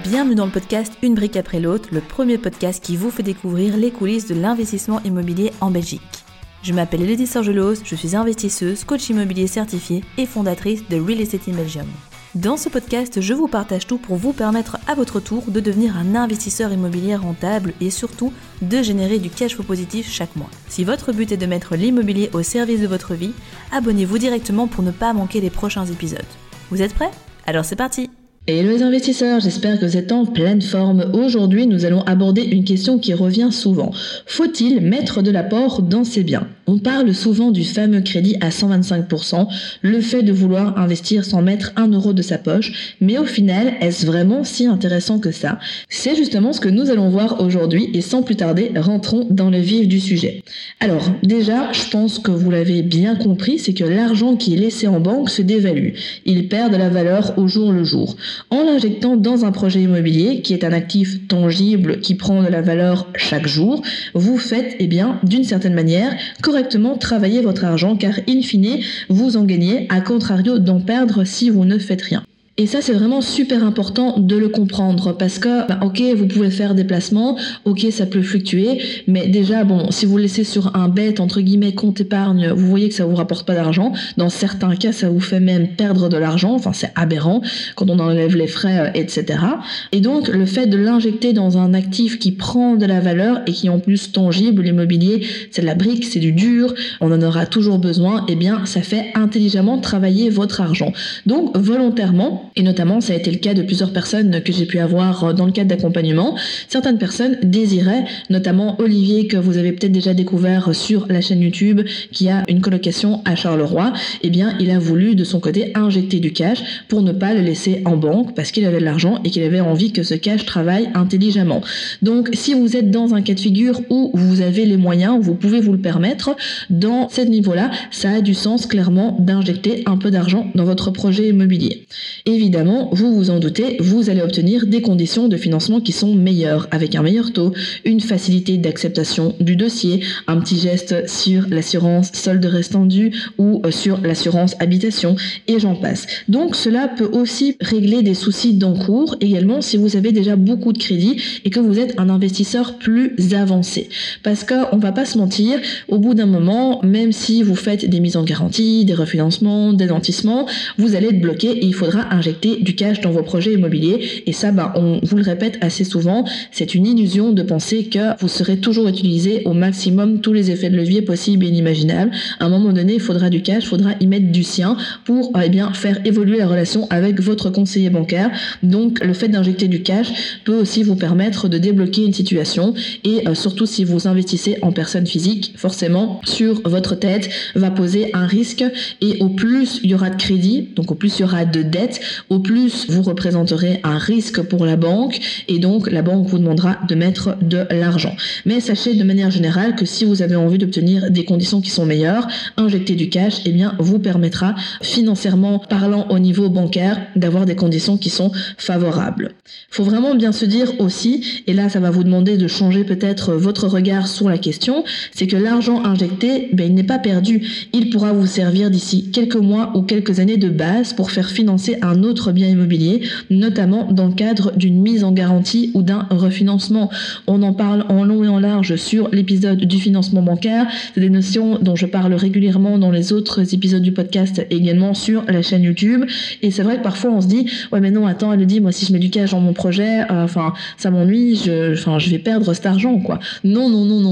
Bienvenue dans le podcast Une brique après l'autre, le premier podcast qui vous fait découvrir les coulisses de l'investissement immobilier en Belgique. Je m'appelle Elodie Sorgelos, je suis investisseuse, coach immobilier certifiée et fondatrice de Real Estate in Belgium. Dans ce podcast, je vous partage tout pour vous permettre à votre tour de devenir un investisseur immobilier rentable et surtout de générer du cash flow positif chaque mois. Si votre but est de mettre l'immobilier au service de votre vie, abonnez-vous directement pour ne pas manquer les prochains épisodes. Vous êtes prêts ? Alors c'est parti ! Hello les investisseurs, j'espère que vous êtes en pleine forme. Aujourd'hui, nous allons aborder une question qui revient souvent. Faut-il mettre de l'apport dans ses biens ? On parle souvent du fameux crédit à 125%, le fait de vouloir investir sans mettre 1 euro de sa poche, mais au final, est-ce vraiment si intéressant que ça ? C'est justement ce que nous allons voir aujourd'hui et sans plus tarder, rentrons dans le vif du sujet. Alors, déjà, je pense que vous l'avez bien compris, c'est que l'argent qui est laissé en banque se dévalue. Il perd de la valeur au jour le jour. En l'injectant dans un projet immobilier qui est un actif tangible qui prend de la valeur chaque jour, vous faites, d'une certaine manière, correctement travailler votre argent car in fine, vous en gagnez à contrario d'en perdre si vous ne faites rien. Et ça, c'est vraiment super important de le comprendre parce que, ok, vous pouvez faire des placements, ok, ça peut fluctuer, mais déjà, si vous laissez sur un bête, entre guillemets, compte épargne, vous voyez que ça vous rapporte pas d'argent. Dans certains cas, ça vous fait même perdre de l'argent, c'est aberrant quand on enlève les frais, etc. Et donc, le fait de l'injecter dans un actif qui prend de la valeur et qui est en plus tangible, l'immobilier, c'est de la brique, c'est du dur, on en aura toujours besoin, ça fait intelligemment travailler votre argent. Donc, volontairement, et notamment ça a été le cas de plusieurs personnes que j'ai pu avoir dans le cadre d'accompagnement. Certaines personnes désiraient, notamment Olivier que vous avez peut-être déjà découvert sur la chaîne YouTube qui a une colocation à Charleroi, il a voulu de son côté injecter du cash pour ne pas le laisser en banque parce qu'il avait de l'argent et qu'il avait envie que ce cash travaille intelligemment. Donc si vous êtes dans un cas de figure où vous avez les moyens, où vous pouvez vous le permettre, dans ce niveau-là, ça a du sens clairement d'injecter un peu d'argent dans votre projet immobilier. Évidemment, vous vous en doutez, vous allez obtenir des conditions de financement qui sont meilleures, avec un meilleur taux, une facilité d'acceptation du dossier, un petit geste sur l'assurance solde restant dû ou sur l'assurance habitation, et j'en passe. Donc cela peut aussi régler des soucis d'encours, également si vous avez déjà beaucoup de crédit et que vous êtes un investisseur plus avancé. Parce qu'on va pas se mentir, au bout d'un moment, même si vous faites des mises en garantie, des refinancements, des nantissements, vous allez être bloqué et il faudra injecter du cash dans vos projets immobiliers et ça, on vous le répète assez souvent, c'est une illusion de penser que vous serez toujours utilisé au maximum tous les effets de levier possibles et inimaginables. À un moment donné, il faudra du cash, il faudra y mettre du sien pour faire évoluer la relation avec votre conseiller bancaire. Donc le fait d'injecter du cash peut aussi vous permettre de débloquer une situation et surtout si vous investissez en personne physique, forcément sur votre tête va poser un risque et au plus il y aura de crédit, donc au plus il y aura de dette, au plus vous représenterez un risque pour la banque et donc la banque vous demandera de mettre de l'argent. Mais sachez de manière générale que si vous avez envie d'obtenir des conditions qui sont meilleures, injecter du cash vous permettra financièrement parlant au niveau bancaire d'avoir des conditions qui sont favorables. Faut vraiment bien se dire aussi, et là ça va vous demander de changer peut-être votre regard sur la question, c'est que l'argent injecté, il n'est pas perdu. Il pourra vous servir d'ici quelques mois ou quelques années de base pour faire financer un autre bien immobilier, notamment dans le cadre d'une mise en garantie ou d'un refinancement. On en parle en long et en large sur l'épisode du financement bancaire. C'est des notions dont je parle régulièrement dans les autres épisodes du podcast et également sur la chaîne YouTube. Et c'est vrai que parfois on se dit « Ouais mais non, attends, elle dit moi si je mets du cash dans mon projet, ça m'ennuie, je vais perdre cet argent quoi. » Non,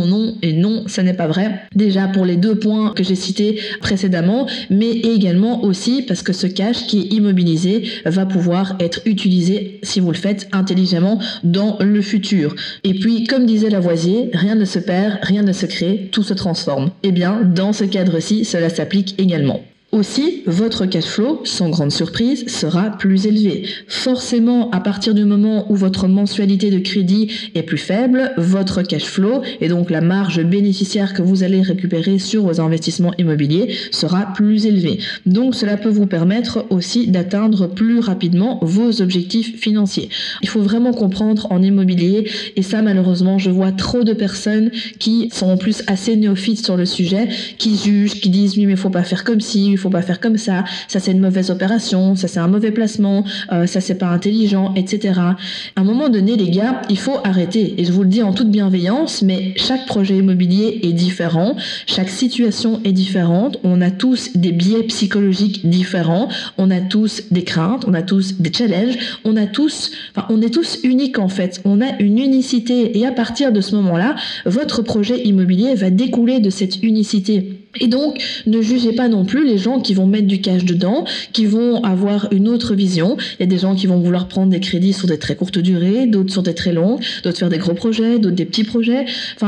et non, ça n'est pas vrai. Déjà pour les 2 points que j'ai cités précédemment, mais également aussi parce que ce cash qui est immobilisé va pouvoir être utilisé si vous le faites intelligemment dans le futur. Et puis, comme disait Lavoisier, rien ne se perd, rien ne se crée, tout se transforme. Dans ce cadre-ci, cela s'applique également. Aussi, votre cash flow, sans grande surprise, sera plus élevé. Forcément, à partir du moment où votre mensualité de crédit est plus faible, votre cash flow, et donc la marge bénéficiaire que vous allez récupérer sur vos investissements immobiliers, sera plus élevée. Donc cela peut vous permettre aussi d'atteindre plus rapidement vos objectifs financiers. Il faut vraiment comprendre en immobilier, et ça malheureusement, je vois trop de personnes qui sont en plus assez néophytes sur le sujet, qui jugent, qui disent oui mais faut pas faire comme ci, faut pas faire comme ça c'est une mauvaise opération, ça c'est un mauvais placement, ça c'est pas intelligent, etc. À un moment donné, les gars, il faut arrêter. Et je vous le dis en toute bienveillance, mais chaque projet immobilier est différent, chaque situation est différente, on a tous des biais psychologiques différents, on a tous des craintes, on a tous des challenges, on est tous uniques en fait, on a une unicité et à partir de ce moment-là, votre projet immobilier va découler de cette unicité. Et donc, ne jugez pas non plus les gens qui vont mettre du cash dedans, qui vont avoir une autre vision. Il y a des gens qui vont vouloir prendre des crédits sur des très courtes durées, d'autres sur des très longues, d'autres faire des gros projets, d'autres des petits projets.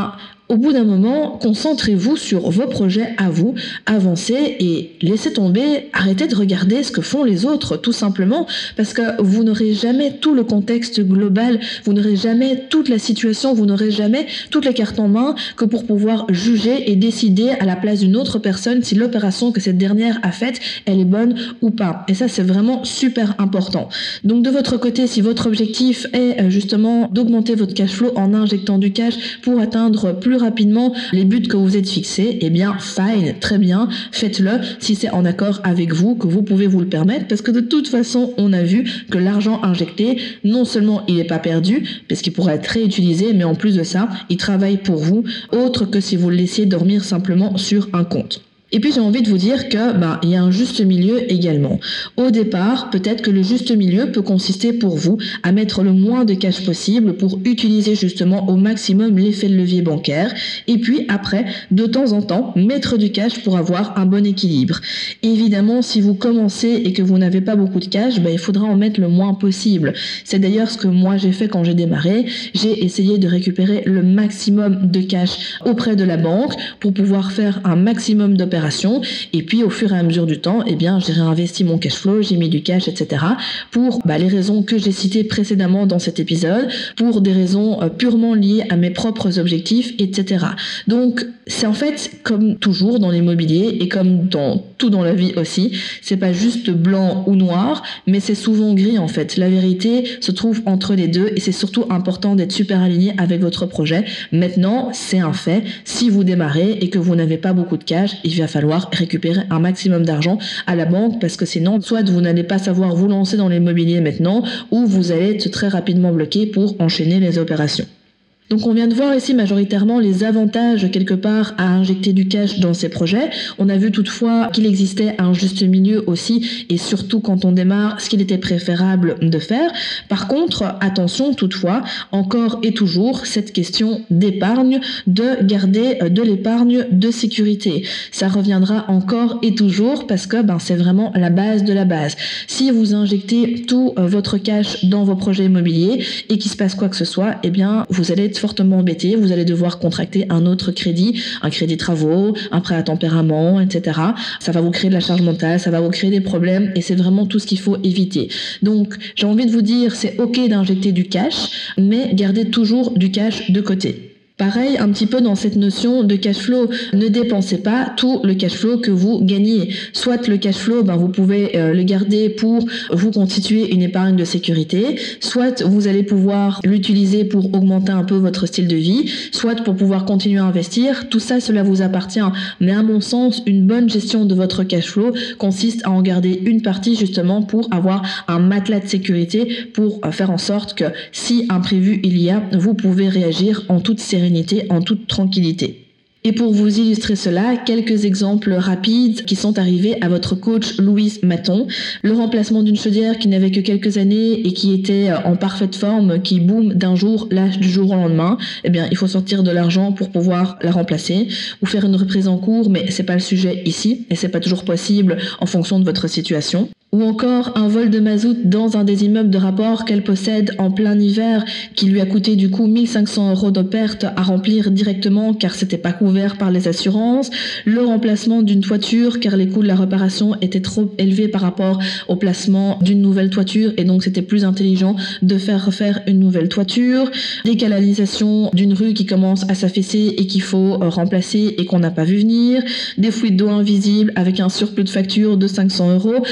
Au bout d'un moment, concentrez-vous sur vos projets à vous, avancez et laissez tomber, arrêtez de regarder ce que font les autres, tout simplement, parce que vous n'aurez jamais tout le contexte global, vous n'aurez jamais toute la situation, vous n'aurez jamais toutes les cartes en main que pour pouvoir juger et décider à la place d'une autre personne si l'opération que cette dernière a faite, elle est bonne ou pas. Et ça, c'est vraiment super important. Donc de votre côté, si votre objectif est justement d'augmenter votre cash flow en injectant du cash pour atteindre plus rapidement les buts que vous êtes fixés, eh bien fine, très bien, faites-le si c'est en accord avec vous, que vous pouvez vous le permettre, parce que de toute façon on a vu que l'argent injecté, non seulement il n'est pas perdu, parce qu'il pourrait être réutilisé, mais en plus de ça, il travaille pour vous, autre que si vous le laissiez dormir simplement sur un compte. Et puis j'ai envie de vous dire que il y a un juste milieu également. Au départ, peut-être que le juste milieu peut consister pour vous à mettre le moins de cash possible pour utiliser justement au maximum l'effet de levier bancaire. Et puis après, de temps en temps, mettre du cash pour avoir un bon équilibre. Évidemment, si vous commencez et que vous n'avez pas beaucoup de cash, il faudra en mettre le moins possible. C'est d'ailleurs ce que moi j'ai fait quand j'ai démarré. J'ai essayé de récupérer le maximum de cash auprès de la banque pour pouvoir faire un maximum d'opérations. Et puis au fur et à mesure du temps, j'ai réinvesti mon cash flow, j'ai mis du cash, etc. pour les raisons que j'ai citées précédemment dans cet épisode, pour des raisons purement liées à mes propres objectifs, etc. Donc c'est en fait comme toujours dans l'immobilier et comme dans tout dans la vie aussi, c'est pas juste blanc ou noir, mais c'est souvent gris en fait. La vérité se trouve entre les deux et c'est surtout important d'être super aligné avec votre projet. Maintenant, c'est un fait, si vous démarrez et que vous n'avez pas beaucoup de cash, il va falloir récupérer un maximum d'argent à la banque parce que sinon, soit vous n'allez pas savoir vous lancer dans l'immobilier maintenant ou vous allez être très rapidement bloqué pour enchaîner les opérations. Donc on vient de voir ici majoritairement les avantages quelque part à injecter du cash dans ces projets. On a vu toutefois qu'il existait un juste milieu aussi et surtout quand on démarre ce qu'il était préférable de faire. Par contre, attention toutefois, encore et toujours cette question d'épargne, de garder de l'épargne de sécurité. Ça reviendra encore et toujours parce que c'est vraiment la base de la base. Si vous injectez tout votre cash dans vos projets immobiliers et qu'il se passe quoi que ce soit, vous allez être fortement embêté, vous allez devoir contracter un autre crédit, un crédit travaux, un prêt à tempérament, etc. Ça va vous créer de la charge mentale, ça va vous créer des problèmes et c'est vraiment tout ce qu'il faut éviter. Donc, j'ai envie de vous dire, c'est ok d'injecter du cash, mais gardez toujours du cash de côté. Pareil, un petit peu dans cette notion de cash flow, ne dépensez pas tout le cash flow que vous gagnez. Soit le cash flow, vous pouvez le garder pour vous constituer une épargne de sécurité, soit vous allez pouvoir l'utiliser pour augmenter un peu votre style de vie, soit pour pouvoir continuer à investir. Tout ça, cela vous appartient. Mais à mon sens, une bonne gestion de votre cash flow consiste à en garder une partie justement pour avoir un matelas de sécurité pour faire en sorte que si imprévu il y a, vous pouvez réagir en toute sérénité, en toute tranquillité. Et pour vous illustrer cela, quelques exemples rapides qui sont arrivés à votre coach Louise Maton. Le remplacement d'une chaudière qui n'avait que quelques années et qui était en parfaite forme, qui boum d'un jour lâche du jour au lendemain, il faut sortir de l'argent pour pouvoir la remplacer ou faire une reprise en cours, mais c'est pas le sujet ici et c'est pas toujours possible en fonction de votre situation. Ou encore un vol de mazout dans un des immeubles de rapport qu'elle possède en plein hiver qui lui a coûté du coup 1 500 € de perte à remplir directement car c'était pas couvert par les assurances. Le remplacement d'une toiture car les coûts de la réparation étaient trop élevés par rapport au placement d'une nouvelle toiture et donc c'était plus intelligent de faire refaire une nouvelle toiture. Des canalisations d'une rue qui commence à s'affaisser et qu'il faut remplacer et qu'on n'a pas vu venir. Des fuites d'eau invisibles avec un surplus de facture de 500 €. Bref,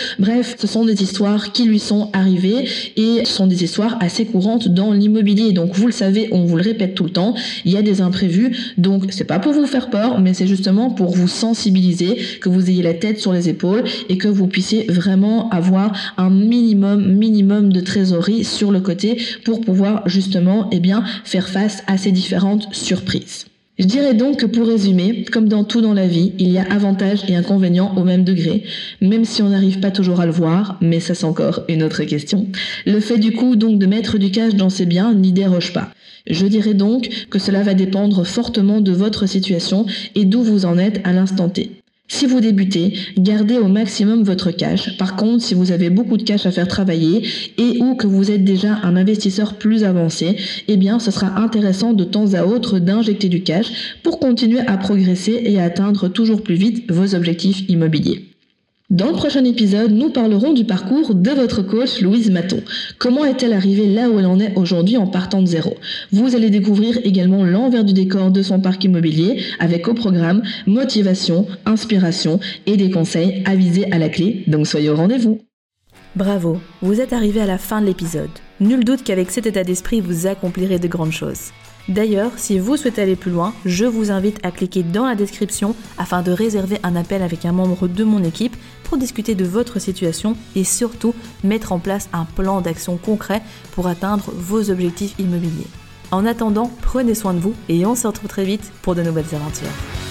Bref, ce sont des histoires qui lui sont arrivées et ce sont des histoires assez courantes dans l'immobilier. Donc vous le savez, on vous le répète tout le temps, il y a des imprévus. Donc c'est pas pour vous faire peur, mais c'est justement pour vous sensibiliser, que vous ayez la tête sur les épaules et que vous puissiez vraiment avoir un minimum de trésorerie sur le côté pour pouvoir justement faire face à ces différentes surprises. Je dirais donc que pour résumer, comme dans tout dans la vie, il y a avantages et inconvénients au même degré, même si on n'arrive pas toujours à le voir, mais ça c'est encore une autre question. Le fait du coup donc de mettre du cash dans ses biens n'y déroge pas. Je dirais donc que cela va dépendre fortement de votre situation et d'où vous en êtes à l'instant T. Si vous débutez, gardez au maximum votre cash. Par contre, si vous avez beaucoup de cash à faire travailler et ou que vous êtes déjà un investisseur plus avancé, ce sera intéressant de temps à autre d'injecter du cash pour continuer à progresser et à atteindre toujours plus vite vos objectifs immobiliers. Dans le prochain épisode, nous parlerons du parcours de votre coach Louise Maton. Comment est-elle arrivée là où elle en est aujourd'hui en partant de zéro? Vous allez découvrir également l'envers du décor de son parc immobilier avec au programme motivation, inspiration et des conseils avisés à la clé, donc soyez au rendez-vous. Bravo, vous êtes arrivé à la fin de l'épisode. Nul doute qu'avec cet état d'esprit, vous accomplirez de grandes choses. D'ailleurs, si vous souhaitez aller plus loin, je vous invite à cliquer dans la description afin de réserver un appel avec un membre de mon équipe pour discuter de votre situation et surtout mettre en place un plan d'action concret pour atteindre vos objectifs immobiliers. En attendant, prenez soin de vous et on se retrouve très vite pour de nouvelles aventures.